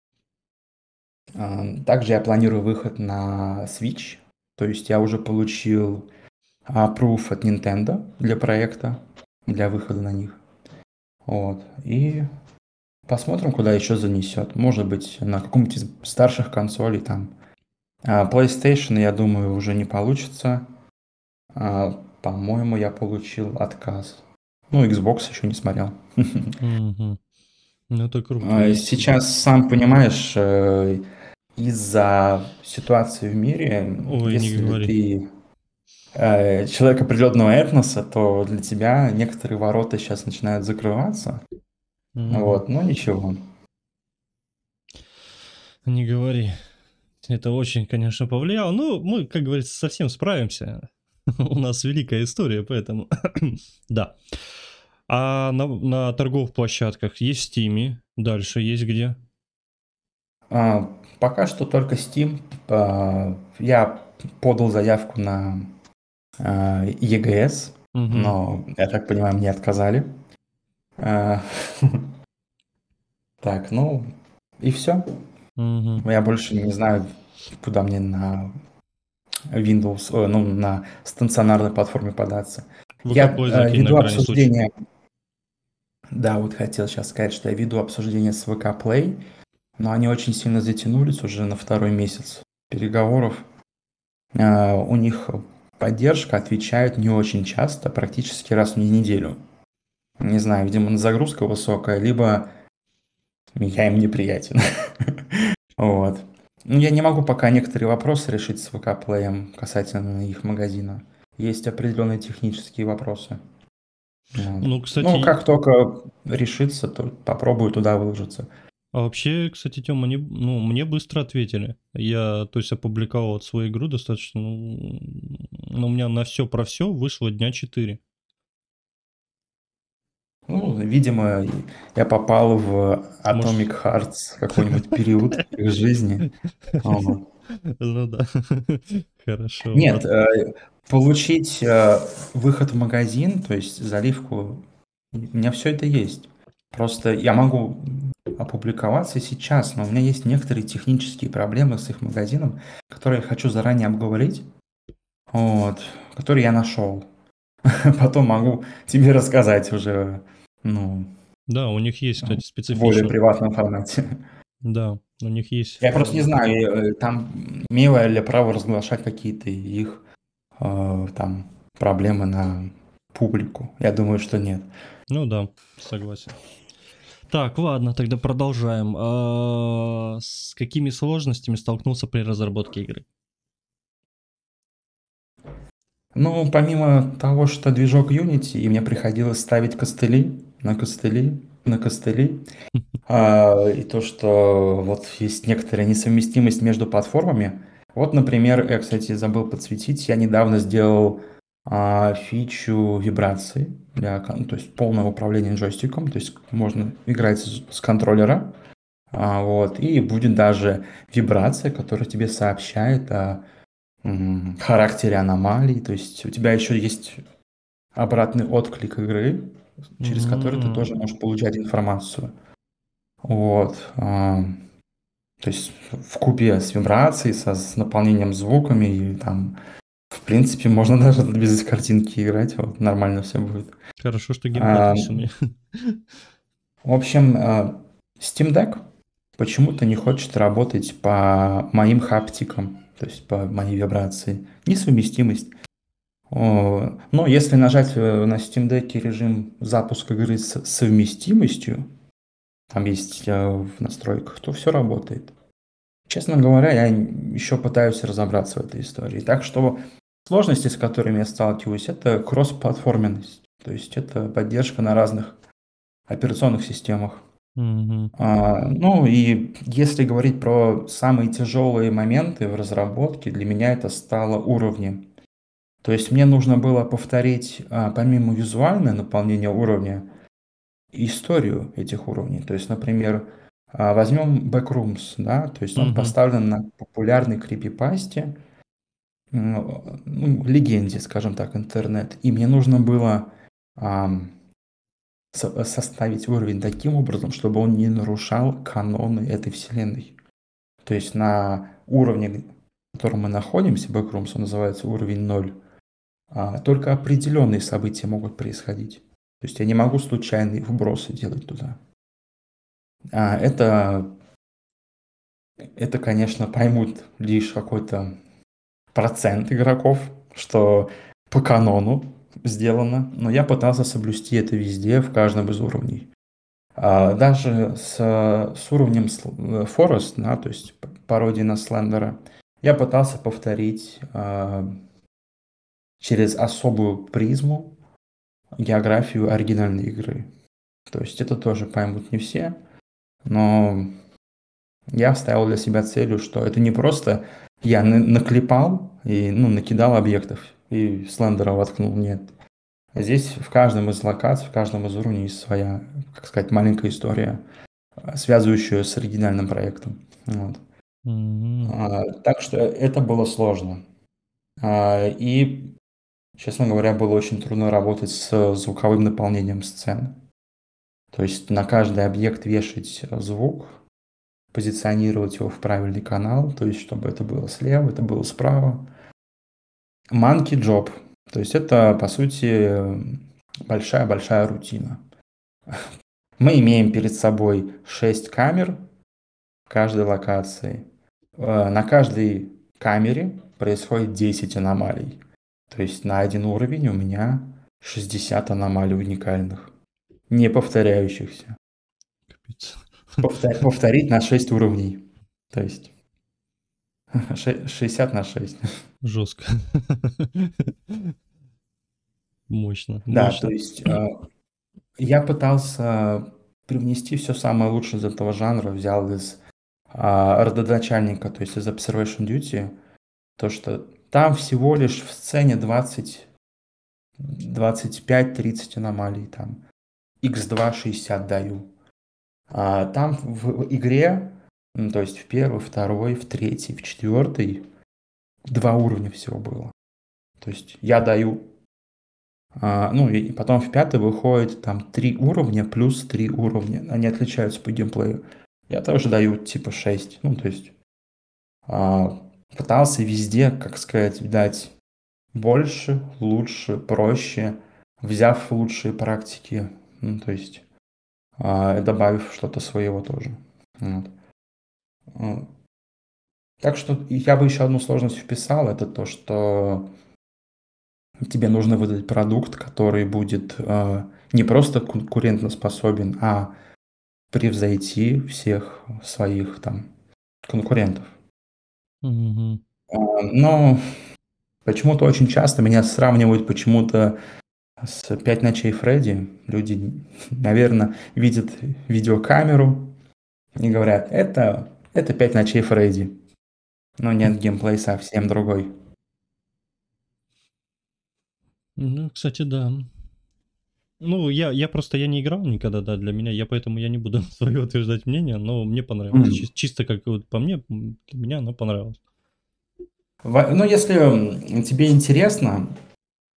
А, Также я планирую выход на Switch, то есть я уже получил approve от Nintendo для проекта, для выхода на них. Вот. И посмотрим, куда еще занесет. Может быть, на каком-нибудь из старших консолей там. А, PlayStation, я думаю, уже не получится. А, По-моему, я получил отказ. Ну, Xbox еще не смотрел. Мгм. Ну, это круто, А, есть тебе. Сейчас, сам понимаешь, э, из-за ситуации в мире, Ой, не если говори. ты э, человек определенного этноса, то для тебя некоторые ворота сейчас начинают закрываться. Мгм. Вот, но ничего. Не говори. Это очень, конечно, повлияло. Ну, мы, как говорится, совсем справимся. У нас великая история, поэтому да. А на, на торговых площадках есть в Стиме, дальше есть где? А, Пока что только Steam. А, Я подал заявку на а, и джи эс, Мгм. но, я так понимаю, мне отказали. А, Так, ну и все. Мгм. Я больше не знаю, куда мне на Windows, э, ну, на стационарной платформе податься. Я вэ ка Play э, закинь на веду крайний случай. обсуждение, да, вот хотел сейчас сказать, что я веду обсуждение с ви кей Play, но они очень сильно затянулись уже на второй месяц переговоров. Э, У них поддержка отвечает не очень часто, практически раз в неделю. Не знаю, видимо, загрузка высокая, либо я им неприятен. Вот. Ну, я не могу пока некоторые вопросы решить с ви кей Play касательно их магазина. Есть определенные технические вопросы. Вот. Ну, Ну, кстати, как только решится, то попробую туда выложиться. а вообще, кстати, Тёма, не, ну, мне быстро ответили. Я, то есть, опубликовал вот свою игру достаточно, ну, ну, у меня на все про все вышло дня четыре. Ну, видимо, я попал в Может... Atomic Hearts какой-нибудь период их жизни. Вот. Ну да. Хорошо. А- Нет, э, получить э, выход в магазин, то есть заливку, у меня все это есть. Просто я могу опубликоваться сейчас, но у меня есть некоторые технические проблемы с их магазином, которые я хочу заранее обговорить, вот, которые я нашел. Потом могу тебе рассказать уже, ну, Да, у них есть, кстати, в более специфично. приватном формате. Да, у них есть. Я просто не э, знаю, э, там имею ли я право разглашать какие-то их э, там проблемы на публику. Я думаю, что нет. Ну да, согласен. Так, ладно, тогда продолжаем. А, С какими сложностями столкнулся при разработке игры? Ну, помимо того, что движок Unity, и мне приходилось ставить костыли на костыли, на костыли, а, и то, что вот есть некоторая несовместимость между платформами. Вот, например, я, кстати, забыл подсветить, я недавно сделал а, фичу вибрации для, кон- то есть полного управления джойстиком, то есть можно играть с, с контроллера, а, вот, и будет даже вибрация, которая тебе сообщает о м, характере аномалий, то есть у тебя еще есть обратный отклик игры, через который ты тоже М. можешь получать информацию. Вот. а, То есть в купе с вибрацией, со, с наполнением звуками, и там, в принципе, можно даже без картинки играть, вот, нормально все будет. Хорошо, что геймпад А, есть у меня. В общем, а, Steam Deck почему-то не хочет работать по моим хаптикам, то есть по моей вибрации. Несовместимость. О, Но если нажать э, на Steam Deck режим запуска игры с совместимостью, там есть э, в настройках, то все работает. Честно говоря, я еще пытаюсь разобраться в этой истории. Так что сложности, с которыми я сталкиваюсь, это кроссплатформенность. То есть это поддержка на разных операционных системах. Мгм. А, ну и если говорить про самые тяжелые моменты в разработке, для меня это стало уровни. То есть мне нужно было повторить, а, помимо визуального наполнения уровня, историю этих уровней. То есть, например, а, возьмем Backrooms, да, то есть он Мгм. поставлен на популярной крипипасте, м, ну, легенде, скажем так, интернет. И мне нужно было ам, со- составить уровень таким образом, чтобы он не нарушал каноны этой вселенной. То есть на уровне, в котором мы находимся, Backrooms, он называется уровень ноль, а, только определенные события могут происходить. То есть я не могу случайные вбросы делать туда. А, это, это, конечно, поймут лишь какой-то процент игроков, что по канону сделано, но я пытался соблюсти это везде, в каждом из уровней. А, даже с, с уровнем сл- э, Forest, да, то есть п- пародии на Слендера, я пытался повторить а, через особую призму географию оригинальной игры. То есть это тоже поймут не все, но я ставил для себя целью, что это не просто я на- наклепал и ну, накидал объектов и слендера воткнул, нет. Здесь в каждом из локаций, в каждом из уровней есть своя, как сказать, маленькая история, а, связывающая с оригинальным проектом. Вот. Мгм. А, так что это было сложно. А, и, честно говоря, было очень трудно работать с звуковым наполнением сцены. То есть на каждый объект вешать э, звук, позиционировать его в правильный канал, то есть чтобы это было слева, это было справа. Monkey Job. То есть это, по сути, большая-большая рутина. Мы имеем перед собой шесть камер в каждой локации. Э, На каждой камере происходит десять аномалий. То есть на один уровень у меня шестьдесят аномалий уникальных, не повторяющихся. Капец. Повтор- Повторить на шесть уровней. То есть ше- шестьдесят на шесть. Жестко. Мощно, Да, то мощно. есть э, я пытался привнести все самое лучшее из этого жанра, взял из а, родоначальника, то есть из Observation Duty, то, что там всего лишь в сцене двадцать, двадцать пять тридцать аномалий, там икс два шестьдесят даю. А там в игре, м, то есть в первый, второй, в третий, в четвертый, два уровня всего было. То есть я даю, а, ну и потом в пятый выходит там три уровня плюс три уровня. Они отличаются по геймплею. Я тоже даю типа шесть. Ну, то есть а, пытался везде, как сказать, дать больше, лучше, проще, взяв лучшие практики, ну, то есть а, добавив что-то своего тоже. Вот. А, Так что я бы еще одну сложность вписал, это то, что тебе нужно выдать продукт, который будет э, не просто конкурентно способен, а превзойти всех своих там конкурентов. Мгм. А, Но почему-то очень часто меня сравнивают почему-то с «Пять ночей Фредди». Люди, наверное, видят видеокамеру и говорят, это, это «Пять ночей Фредди». Но Хм. нет, геймплей совсем другой. Ну, кстати, да. Ну, я я просто я не играл никогда, да, для меня, я поэтому я не буду свое утверждать мнение, но мне понравилось. М. Чис чисто как вот по мне, м, для меня оно понравилось. Во- Ну, если м, тебе интересно,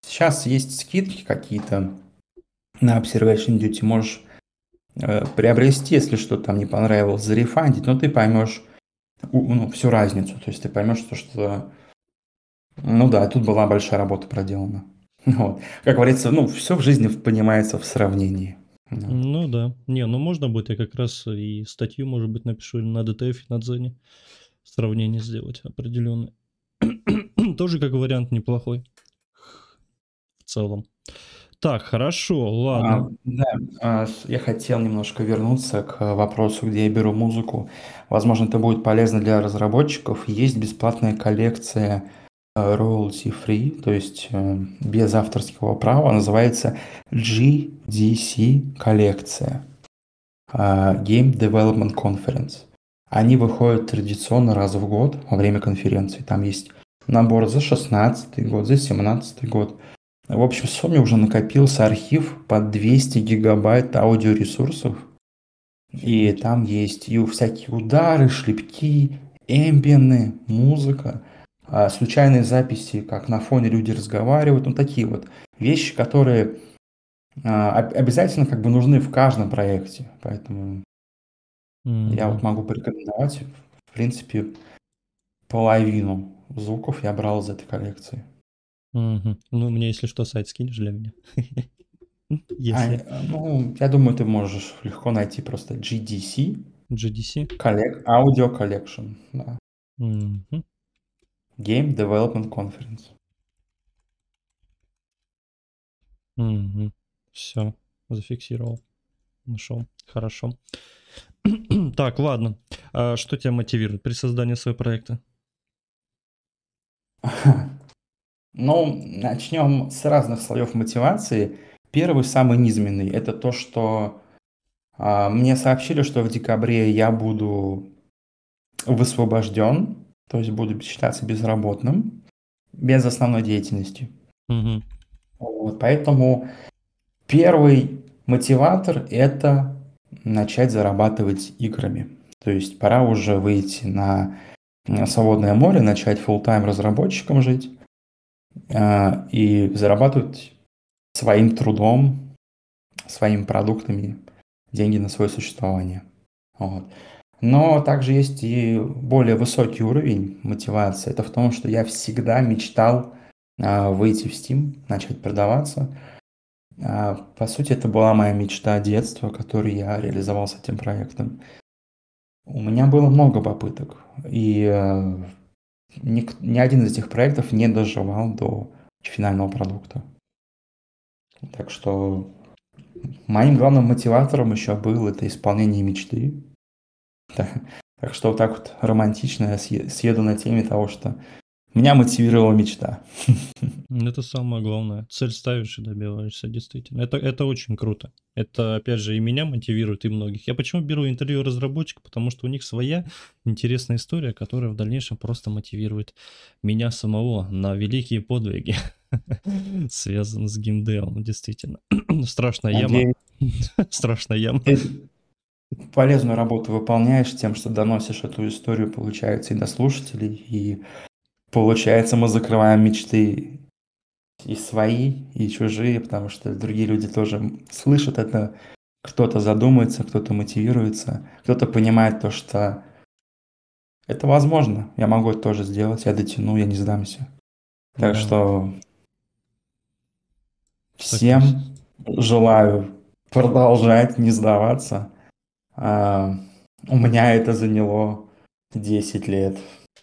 Сейчас есть скидки какие-то на Observation Duty, можешь э, приобрести, если что-то там не понравилось, зарефандить, но ты поймешь у- ну, всю разницу. То есть ты поймешь, что, что ну да, тут была большая работа проделана. Вот. Как говорится, ну, все в жизни понимается в сравнении. Вот. Ну да. Не, ну можно будет, я как раз и статью, может быть, напишу или на ди ти эф, и на Дзене. Сравнение сделать определенное. Тоже как вариант неплохой. В целом. Так, хорошо, А, ладно. да, а, с- я хотел немножко вернуться к вопросу, где я беру музыку. Возможно, это будет полезно для разработчиков. Есть бесплатная коллекция э, royalty free, то есть э, без авторского права, называется G D C коллекция, а, Game Development Conference. Они выходят традиционно раз в год во время конференции. Там есть набор за шестнадцатый год, за семнадцатый год. В общем, в сумме уже накопился архив под двести гигабайт аудиоресурсов. И Офигеть. там есть и всякие удары, шлепки, эмбиены, музыка, а, случайные записи, как на фоне люди разговаривают. Ну, такие вот вещи, которые а, об- обязательно как бы нужны в каждом проекте. Поэтому я вот Мгм. могу порекомендовать, в принципе, половину звуков я брал из этой коллекции. Мгм. Ну, мне, если что, сайт скинешь для меня. А, Если э, ну, я думаю, ты можешь легко найти просто G D C джи ди си. Collect, Audio Collection, да. Мгм. Game Development Conference. Мгм. Все, зафиксировал. Нашел. Хорошо. Так, ладно. А что тебя мотивирует при создании своего проекта? Ну, начнем с разных слоев мотивации. Первый, самый низменный, это то, что а, мне сообщили, что в декабре я буду высвобожден, то есть буду считаться безработным, без основной деятельности. Мгм. Вот, поэтому первый мотиватор – это начать зарабатывать играми. То есть пора уже выйти на э, свободное море, начать full-time разработчиком жить э, и зарабатывать своим трудом, своими продуктами деньги на свое существование. Вот. Но также есть и более высокий уровень мотивации. Это в том, что я всегда мечтал а, выйти в Steam, начать продаваться. А, по сути, это была моя мечта детства, которую я реализовал с этим проектом. У меня было много попыток, и э, ни, ни один из этих проектов не доживал до финального продукта. Так что моим главным мотиватором еще был это исполнение мечты. Так, так что вот так вот романтично я съе- съеду на теме того, что меня мотивировала мечта. Ну, это самое главное. Цель ставишь и добиваешься, действительно. Это, это очень круто. Это, опять же, и меня мотивирует, и многих. Я почему беру интервью разработчика? Потому что у них своя интересная история, которая в дальнейшем просто мотивирует меня самого на великие подвиги, связанные с геймдевом, действительно. Страшная яма. Надеюсь, Страшная яма. ты полезную работу выполняешь тем, что доносишь эту историю, получается, и до слушателей, и получается, мы закрываем мечты и свои, и чужие, потому что другие люди тоже слышат это, кто-то задумается, кто-то мотивируется, кто-то понимает то, что это возможно, я могу это тоже сделать, я дотяну, я не сдамся. Так Да, что так точно. всем желаю продолжать не сдаваться. А, у меня это заняло десять лет,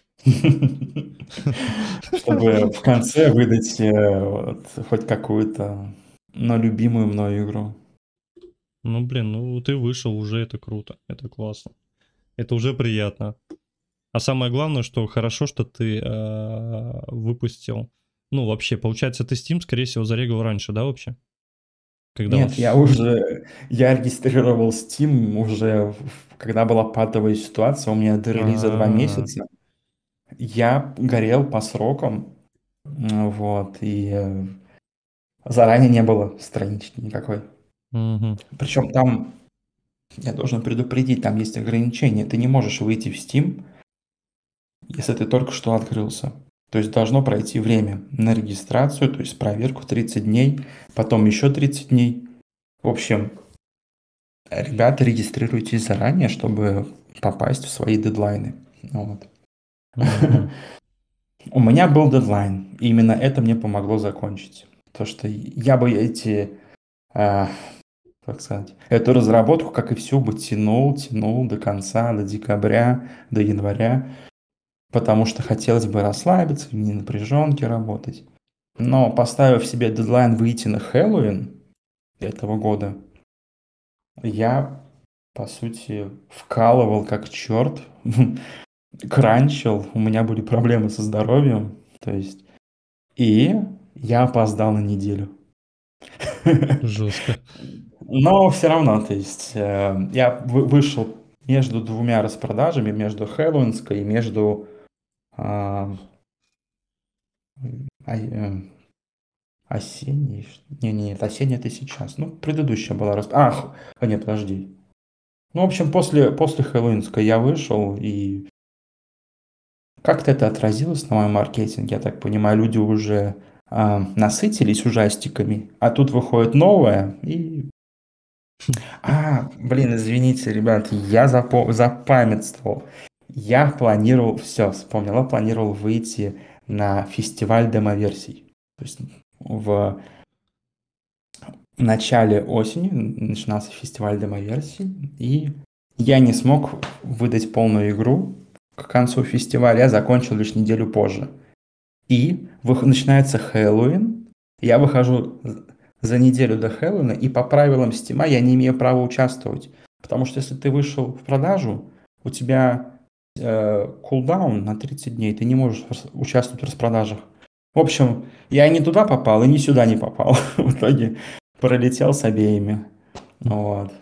чтобы в конце выдать э, вот хоть какую-то, но любимую мною игру. Ну, блин, ну ты вышел уже, это круто, это классно. Это уже приятно. А самое главное, что хорошо, что ты э, выпустил. Ну, вообще, получается, ты Steam, скорее всего, зарегал раньше, да, вообще? Когда вот... Нет, я уже, я регистрировал Steam уже, в- когда была патовая ситуация, у меня до релиза два А, месяца. Я горел по срокам, м, вот, и э, заранее не было странички никакой. мгм. Причем там, я должен предупредить, там есть ограничения. Ты не можешь выйти в Steam, если ты только что открылся. То есть должно пройти время на регистрацию, то есть проверку тридцать дней, потом еще тридцать дней. В общем, ребята, регистрируйтесь заранее, чтобы попасть в свои дедлайны. Вот. Мгм. У меня был дедлайн, и именно это мне помогло закончить. То, что я бы эти, а, как сказать, эту разработку, как и всю, бы тянул, тянул до конца, до декабря, до января, потому что хотелось бы расслабиться, не напряженке работать. Но поставив себе дедлайн выйти на Хэллоуин этого года, я, по сути, вкалывал как черт, кранчил, у меня были проблемы со здоровьем, то есть, и я опоздал на неделю. Жестко. Но все равно, то есть, э, я вы- вышел между двумя распродажами, между Хэллоуинской и между а, а, э, осенней. ш- Не, не, нет, осенняя это сейчас. Ну, предыдущая была рас... Ах, а нет, подожди. Ну, в общем, после, после Хэллоуинской я вышел, и как-то это отразилось на моем маркетинге. Я так понимаю, люди уже а, насытились ужастиками, а тут выходит новое, и... А, блин, извините, ребят, я запо- запамятствовал. Я планировал, все, вспомнил, я планировал выйти на фестиваль демоверсий. То есть в начале осени начинался фестиваль демоверсий, и я не смог выдать полную игру. К концу фестиваля я закончил лишь неделю позже. И вых- начинается Хэллоуин. Я выхожу за неделю до Хэллоуина, и по правилам Стима я не имею права участвовать. Потому что если ты вышел в продажу, у тебя э, кулдаун на тридцать дней, ты не можешь рас- участвовать в распродажах. В общем, я и не туда попал, и ни сюда не попал. В итоге пролетел с обеими. Вот.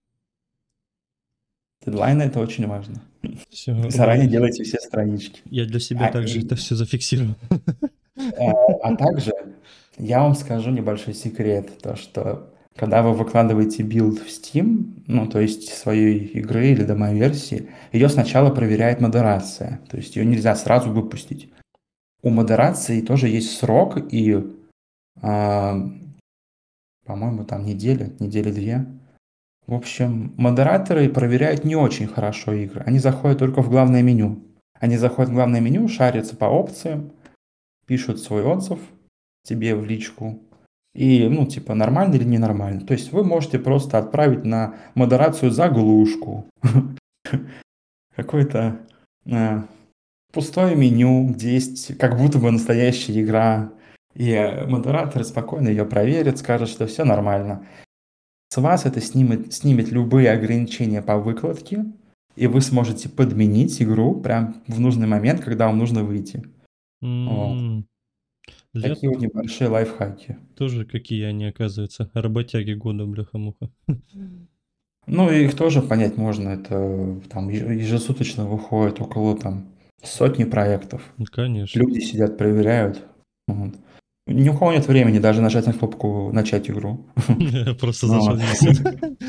Дедлайны это очень важно. Все, Заранее делайте все странички. я для себя А, также это и, все зафиксирую. э, а также я вам скажу небольшой секрет, то что когда вы выкладываете билд в Steam, ну то есть своей игры или домоверсии, ее сначала проверяет модерация, то есть ее нельзя сразу выпустить. У модерации тоже есть срок, и, а, по-моему, там неделя, недели две. В общем, модераторы проверяют не очень хорошо игры. Они заходят только в главное меню. Они заходят в главное меню, шарятся по опциям, пишут свой отзыв тебе в личку. И, ну, типа, нормально или ненормально. То есть вы можете просто отправить на модерацию заглушку. Какое-то э, пустое меню, где есть как будто бы настоящая игра. И э, модераторы спокойно ее проверят, скажут, что все нормально. С вас это снимет, снимет любые ограничения по выкладке, и вы сможете подменить игру прям в нужный момент, когда вам нужно выйти. Вот. М, Я Такие вот небольшие лайфхаки. тоже, какие они, оказываются, работяги года, бляха-муха. Ну, и их тоже понять можно. Это там еж- ежесуточно выходит около там сотни проектов. Ну, конечно. Люди сидят, проверяют. Вот. Ни у кого нет времени даже нажать на кнопку «Начать игру». Просто Ну зашел вот. висит.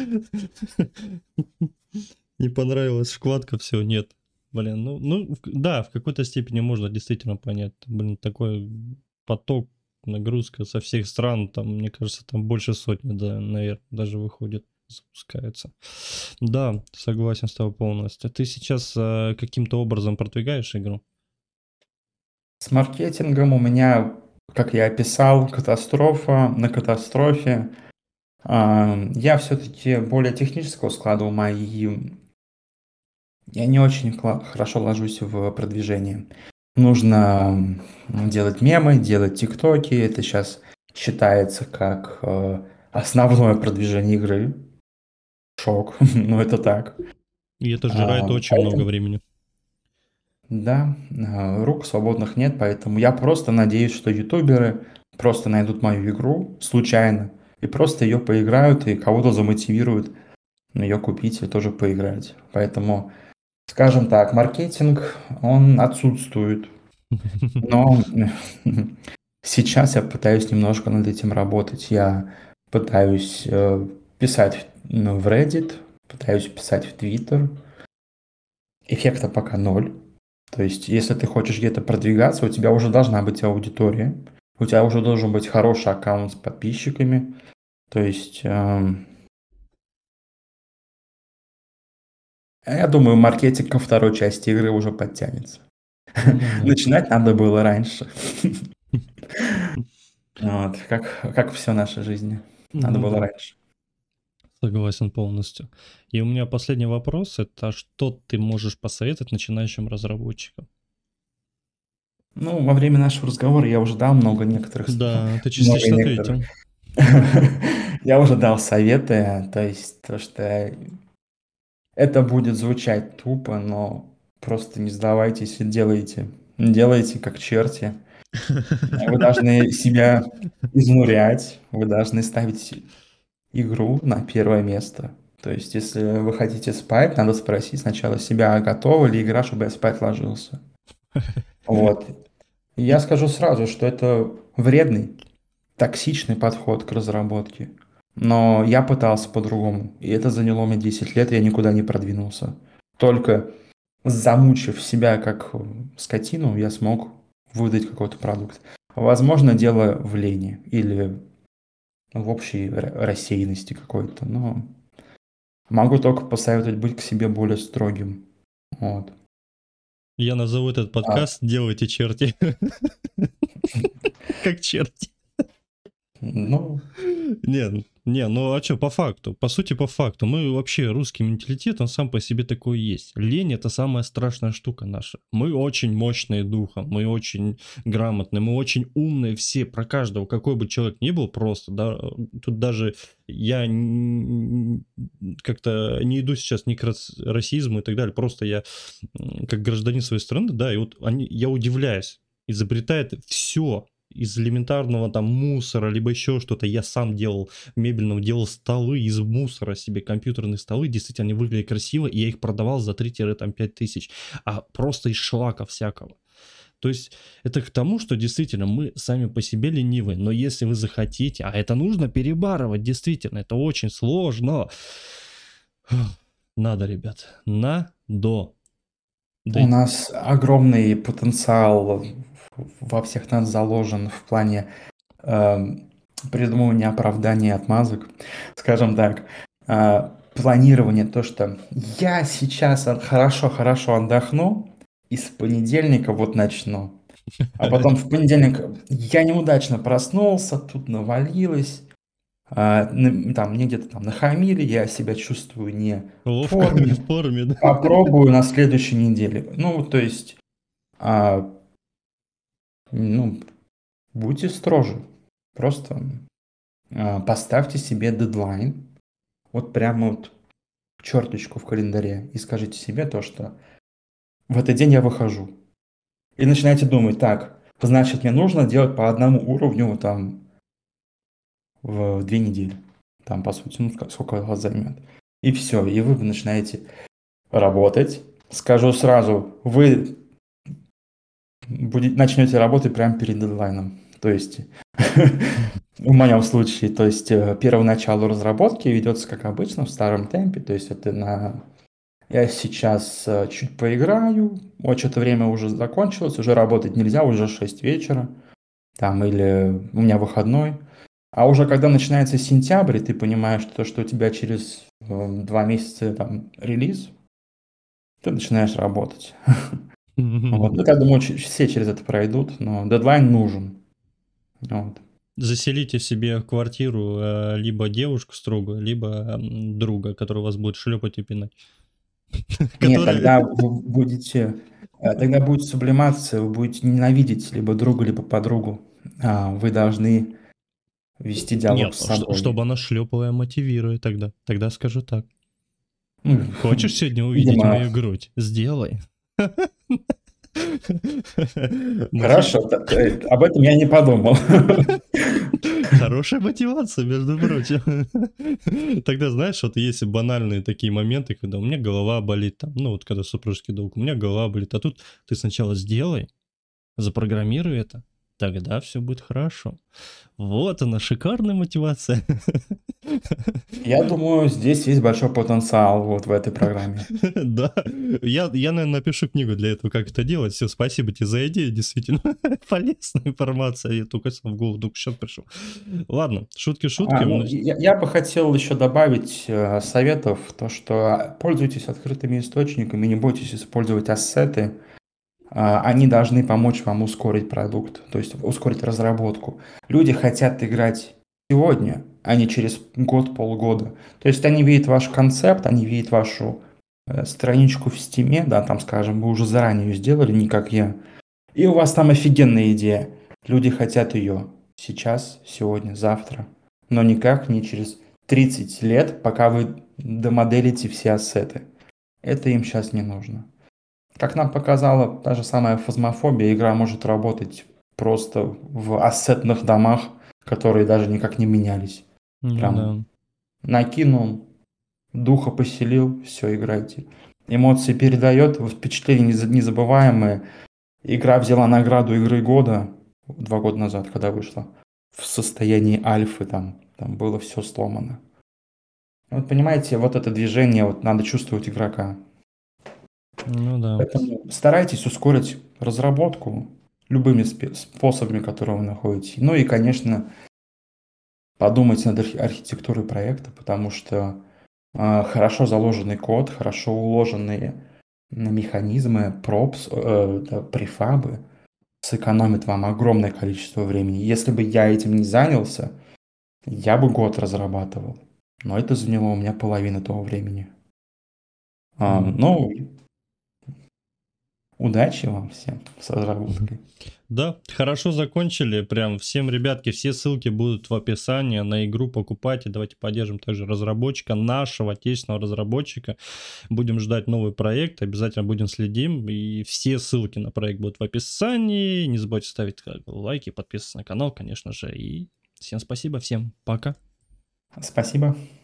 Не понравилась вкладка, все, нет. Блин, ну, ну, в- да, в какой-то степени можно действительно понять. Блин, такой поток, нагрузка со всех стран, там, мне кажется, там больше сотни, да, наверное, даже выходит, запускается. Да, согласен с тобой полностью. Ты сейчас э, каким-то образом продвигаешь игру? С маркетингом у меня, как я описал, катастрофа на катастрофе. А, Я все-таки более технического склада ума, и я не очень кла- хорошо ложусь в продвижение. Нужно м, делать мемы, делать тиктоки. Это сейчас считается как э, основное продвижение игры. Шок, но это так. И это А, жирает очень много Поэтому, времени. да, а, рук свободных нет, поэтому я просто надеюсь, что ютуберы просто найдут мою игру случайно и просто ее поиграют и кого-то замотивируют ее купить и тоже поиграть. Поэтому, скажем так, маркетинг, он отсутствует. Но сейчас я пытаюсь немножко над этим работать. Я пытаюсь э, писать ну, в Reddit, пытаюсь писать в Twitter. Эффекта пока ноль. То есть, если ты хочешь где-то продвигаться, у тебя уже должна быть аудитория, у тебя уже должен быть хороший аккаунт с подписчиками. То есть, эм, я думаю, маркетинг ко второй части игры уже подтянется. Ну да. Начинать надо было раньше. Вот, как, как все в нашей жизни. Надо Ну было да, раньше. согласен полностью. И у меня последний вопрос, это что ты можешь посоветовать начинающим разработчикам? Ну, во время нашего разговора я уже дал много некоторых, с- Да, ты много частично некоторых. ответил. Я уже дал советы, то есть то, что это будет звучать тупо, но просто не сдавайтесь и делайте. Делайте как черти. Вы должны себя изнурять, вы должны ставить игру на первое место. То есть, если вы хотите спать, надо спросить сначала себя, а готова ли игра, чтобы я спать ложился. Вот. И я скажу сразу, что это вредный, токсичный подход к разработке. Но я пытался по-другому. И это заняло мне десять лет, и я никуда не продвинулся. Только замучив себя как э, скотину, я смог выдать какой-то продукт. Возможно, дело в лени или в общей ра- рассеянности какой-то. Но могу только посоветовать быть к себе более строгим. Вот. Я назову этот А, подкаст «Делайте черти». Как черти. ну, Не, не, ну а что, по факту, по сути, по факту, мы вообще, русский менталитет, он сам по себе такой и есть. Лень — это самая страшная штука наша. Мы очень мощные духом, мы очень грамотные, мы очень умные все, про каждого, какой бы человек ни был просто, да, тут даже я н- как-то не иду сейчас ни к рас- расизму и так далее, просто я м, как гражданин своей страны, да, и вот они, я удивляюсь, изобретает все из элементарного там мусора, либо еще что-то. Я сам делал мебельного, делал столы из мусора себе, компьютерные столы, действительно, они выглядели красиво, и я их продавал за три-пять тысяч, а просто из шлака всякого. То есть это к тому, что действительно мы сами по себе ленивы, но если вы захотите, а это нужно перебарывать, действительно, это очень сложно. Надо, ребят, надо. Да у и- нас огромный потенциал во всех нас заложен в плане эм, придумывания оправданий и отмазок. Скажем так, э, планирование, то, что я сейчас от- хорошо-хорошо отдохну, и с понедельника вот начну. А потом в понедельник я неудачно проснулся, тут навалилось, а, н- там мне где-то там нахамили, я себя чувствую не в Ловко форме, в форме, да. попробую на следующей неделе. Ну, то есть, а, ну, будьте строже. Просто а, поставьте себе дедлайн, вот прямо вот черточку в календаре и скажите себе то, что в этот день я выхожу. И начинайте думать, так, значит, мне нужно делать по одному уровню там в две недели. Там, по сути, ну, ска- сколько у вас займет. И все, и вы начинаете работать. Скажу сразу, вы будете, начнете работать прямо перед дедлайном. То есть, в моем случае, то есть, э, первоначало разработки ведется как обычно, в старом темпе. То есть, это на... Я сейчас э, чуть поиграю, вот что-то время уже закончилось, уже работать нельзя, уже шесть вечера, там, или у меня выходной. А уже когда начинается сентябрь, и ты понимаешь, что, что у тебя через э, два месяца там релиз, ты начинаешь работать. Вот. Ну, я думаю, ч- все через это пройдут, но дедлайн нужен. Вот. Заселите себе в квартиру э, либо девушку строгую, либо м, друга, который вас будет шлепать и пинать. Нет, Который... тогда вы будете, э, тогда будет сублимация, вы будете ненавидеть либо друга, либо подругу. А, Вы должны вести диалог Нет, с ну, ш- собой. чтобы она шлепала и мотивирует тогда. Тогда скажу так. Ну, Хочешь сегодня увидеть видимо, мою грудь? Сделай. Мотив- хорошо, т- э, об этом я не подумал. Хорошая мотивация, между прочим. Тогда, знаешь, вот есть банальные такие моменты, когда у меня голова болит, там, ну вот когда супружеский долг, у меня голова болит, а тут ты сначала сделай, запрограммируй это, тогда все будет хорошо. Вот она, шикарная мотивация. Я думаю, здесь есть большой потенциал вот в этой программе. Да, я, я, наверное, напишу книгу для этого, как это делать. Все, спасибо тебе за идею, действительно полезная информация. Я только сам в голову только сейчас пришел. Ладно, шутки А, шутками. ну, но- я, я бы хотел еще добавить э, советов, то, что пользуйтесь открытыми источниками, не бойтесь использовать ассеты. А, они должны помочь вам ускорить продукт, то есть ускорить разработку. Люди хотят играть сегодня, а не через год, полгода. То есть они видят ваш концепт, они видят вашу э, страничку в стиме, да, там, скажем, вы уже заранее ее сделали, не как я, и у вас там офигенная идея. Люди хотят ее сейчас, сегодня, завтра, но никак не через тридцать лет, пока вы домоделите все ассеты. Это им сейчас не нужно. Как нам показала та же самая фазмофобия, игра может работать просто в ассетных домах, которые даже никак не менялись. Ну Прям да. накинул, духа поселил, все, играйте. Эмоции передает, впечатления неза- незабываемые. Игра взяла награду игры года два года назад, когда вышла. В состоянии альфы там, там было все сломано. Вот понимаете, вот это движение, вот надо чувствовать игрока. Ну да. Поэтому старайтесь ускорить разработку любыми спе- способами, которые вы находите. Ну и, конечно, подумайте над архи- архитектурой проекта, потому что а, хорошо заложенный код, хорошо уложенные м, механизмы, пропс, э, да, префабы сэкономит вам огромное количество времени. Если бы я этим не занялся, я бы год разрабатывал. Но это заняло у меня половину того времени. А, М. ну, удачи вам всем с разработкой. Да, хорошо закончили. Прям всем, ребятки, все ссылки будут в описании на игру. Покупайте. Давайте поддержим также разработчика, нашего отечественного разработчика. Будем ждать новый проект. Обязательно будем следим. И все ссылки на проект будут в описании. Не забывайте ставить лайки, подписываться на канал, конечно же. И всем спасибо, всем пока. Спасибо.